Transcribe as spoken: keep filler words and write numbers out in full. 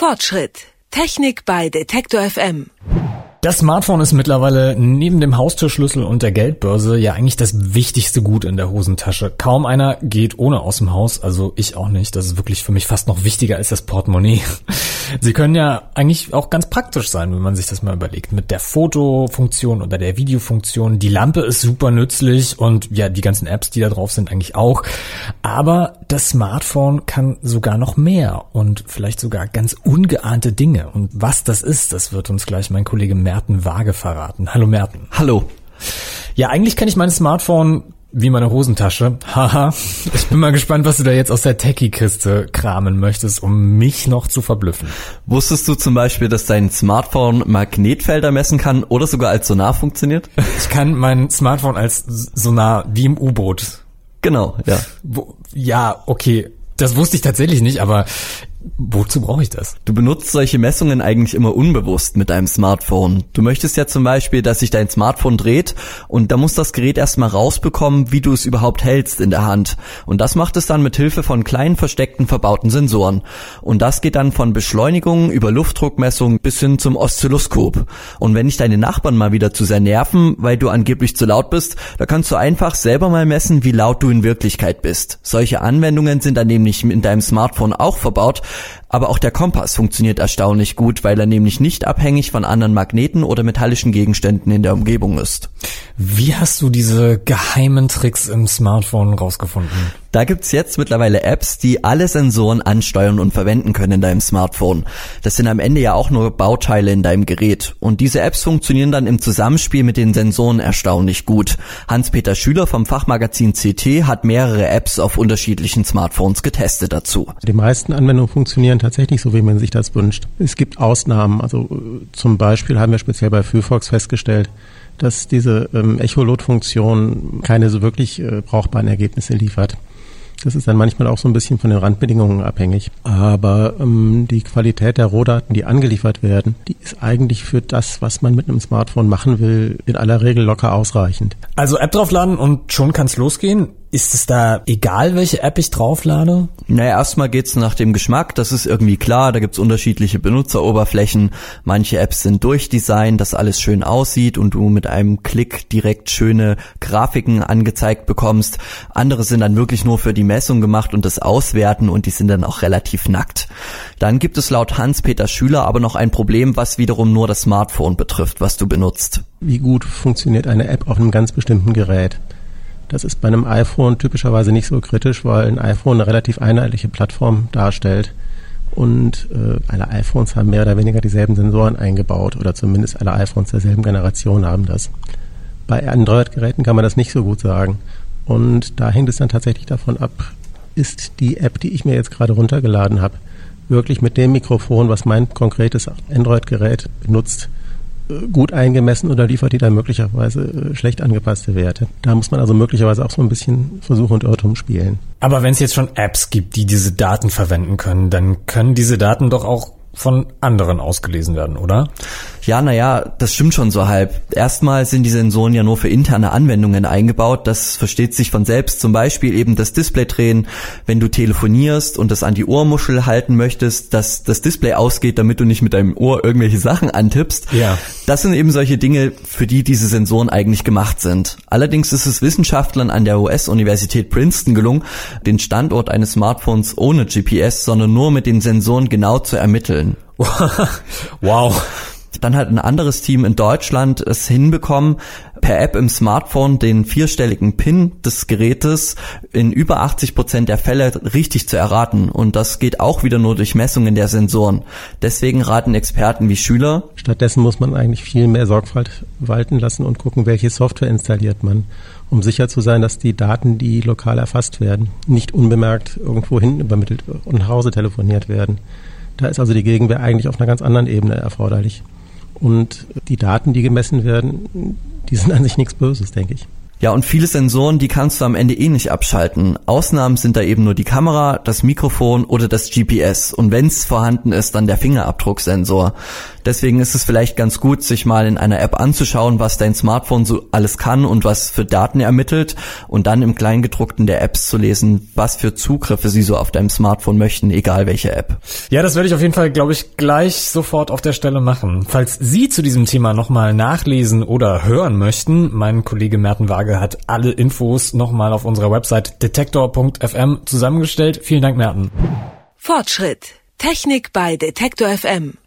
Fortschritt. Technik bei Detektor F M. Das Smartphone ist mittlerweile neben dem Haustürschlüssel und der Geldbörse ja eigentlich das wichtigste Gut in der Hosentasche. Kaum einer geht ohne aus dem Haus, also ich auch nicht. Das ist wirklich für mich fast noch wichtiger als das Portemonnaie. Sie können ja eigentlich auch ganz praktisch sein, wenn man sich das mal überlegt. Mit der Fotofunktion oder der Videofunktion. Die Lampe ist super nützlich und ja, die ganzen Apps, die da drauf sind, eigentlich auch. Aber das Smartphone kann sogar noch mehr und vielleicht sogar ganz ungeahnte Dinge. Und was das ist, das wird uns gleich mein Kollege Merten Waage verraten. Hallo Merten. Hallo. Ja, eigentlich kenne ich mein Smartphone wie meine Hosentasche. Haha. Ich bin mal gespannt, was du da jetzt aus der Techie-Kiste kramen möchtest, um mich noch zu verblüffen. Wusstest du zum Beispiel, dass dein Smartphone Magnetfelder messen kann oder sogar als Sonar funktioniert? Ich kann mein Smartphone als Sonar wie im U-Boot. Genau, ja. Wo, ja, okay. Das wusste ich tatsächlich nicht, aber wozu brauche ich das? Du benutzt solche Messungen eigentlich immer unbewusst mit deinem Smartphone. Du möchtest ja zum Beispiel, dass sich dein Smartphone dreht und da muss das Gerät erstmal rausbekommen, wie du es überhaupt hältst in der Hand. Und das macht es dann mit Hilfe von kleinen versteckten verbauten Sensoren. Und das geht dann von Beschleunigung über Luftdruckmessung bis hin zum Oszilloskop. Und wenn dich deine Nachbarn mal wieder zu sehr nerven, weil du angeblich zu laut bist, da kannst du einfach selber mal messen, wie laut du in Wirklichkeit bist. Solche Anwendungen sind dann nämlich in deinem Smartphone auch verbaut. Aber auch der Kompass funktioniert erstaunlich gut, weil er nämlich nicht abhängig von anderen Magneten oder metallischen Gegenständen in der Umgebung ist. Wie hast du diese geheimen Tricks im Smartphone rausgefunden? Da gibt's jetzt mittlerweile Apps, die alle Sensoren ansteuern und verwenden können in deinem Smartphone. Das sind am Ende ja auch nur Bauteile in deinem Gerät. Und diese Apps funktionieren dann im Zusammenspiel mit den Sensoren erstaunlich gut. Hans-Peter Schüler vom Fachmagazin C T hat mehrere Apps auf unterschiedlichen Smartphones getestet dazu. Die meisten Anwendungen funktionieren tatsächlich so, wie man sich das wünscht. Es gibt Ausnahmen. Also zum Beispiel haben wir speziell bei Phyphox festgestellt, dass diese ähm, Echolot-Funktion keine so wirklich äh, brauchbaren Ergebnisse liefert. Das ist dann manchmal auch so ein bisschen von den Randbedingungen abhängig. Aber ähm, die Qualität der Rohdaten, die angeliefert werden, die ist eigentlich für das, was man mit einem Smartphone machen will, in aller Regel locker ausreichend. Also App draufladen und schon kann's losgehen? Ist es da egal, welche App ich drauflade? Naja, erstmal geht's nach dem Geschmack, das ist irgendwie klar, da gibt's unterschiedliche Benutzeroberflächen. Manche Apps sind durchdesignt, dass alles schön aussieht und du mit einem Klick direkt schöne Grafiken angezeigt bekommst. Andere sind dann wirklich nur für die Messung gemacht und das Auswerten und die sind dann auch relativ nackt. Dann gibt es laut Hans-Peter Schüler aber noch ein Problem, was wiederum nur das Smartphone betrifft, was du benutzt. Wie gut funktioniert eine App auf einem ganz bestimmten Gerät? Das ist bei einem iPhone typischerweise nicht so kritisch, weil ein iPhone eine relativ einheitliche Plattform darstellt und äh, alle iPhones haben mehr oder weniger dieselben Sensoren eingebaut oder zumindest alle iPhones derselben Generation haben das. Bei Android-Geräten kann man das nicht so gut sagen und da hängt es dann tatsächlich davon ab, ist die App, die ich mir jetzt gerade runtergeladen habe, wirklich mit dem Mikrofon, was mein konkretes Android-Gerät benutzt, gut eingemessen oder liefert die da möglicherweise schlecht angepasste Werte. Da muss man also möglicherweise auch so ein bisschen Versuch und Irrtum spielen. Aber wenn es jetzt schon Apps gibt, die diese Daten verwenden können, dann können diese Daten doch auch von anderen ausgelesen werden, oder? Ja, naja, das stimmt schon so halb. Erstmal sind die Sensoren ja nur für interne Anwendungen eingebaut. Das versteht sich von selbst. Zum Beispiel eben das Display drehen, wenn du telefonierst und das an die Ohrmuschel halten möchtest, dass das Display ausgeht, damit du nicht mit deinem Ohr irgendwelche Sachen antippst. Ja. Das sind eben solche Dinge, für die diese Sensoren eigentlich gemacht sind. Allerdings ist es Wissenschaftlern an der U S-Universität Princeton gelungen, den Standort eines Smartphones ohne G P S, sondern nur mit den Sensoren genau zu ermitteln. Wow. Dann hat ein anderes Team in Deutschland es hinbekommen, per App im Smartphone den vierstelligen PIN des Gerätes in über achtzig Prozent der Fälle richtig zu erraten. Und das geht auch wieder nur durch Messungen der Sensoren. Deswegen raten Experten wie Schüler: Stattdessen muss man eigentlich viel mehr Sorgfalt walten lassen und gucken, welche Software installiert man, um sicher zu sein, dass die Daten, die lokal erfasst werden, nicht unbemerkt irgendwo hin übermittelt und nach Hause telefoniert werden. Da ist also die Gegenwehr eigentlich auf einer ganz anderen Ebene erforderlich. Und die Daten, die gemessen werden, die sind an sich nichts Böses, denke ich. Ja, und viele Sensoren, die kannst du am Ende eh nicht abschalten. Ausnahmen sind da eben nur die Kamera, das Mikrofon oder das G P S. Und wenn es vorhanden ist, dann der Fingerabdrucksensor. Deswegen ist es vielleicht ganz gut, sich mal in einer App anzuschauen, was dein Smartphone so alles kann und was für Daten ermittelt und dann im Kleingedruckten der Apps zu lesen, was für Zugriffe sie so auf deinem Smartphone möchten, egal welche App. Ja, das werde ich auf jeden Fall, glaube ich, gleich sofort auf der Stelle machen. Falls Sie zu diesem Thema nochmal nachlesen oder hören möchten, mein Kollege Merten Waage hat alle Infos nochmal auf unserer Website detektor punkt f m zusammengestellt. Vielen Dank, Merten. Fortschritt. Technik bei Detektor F M.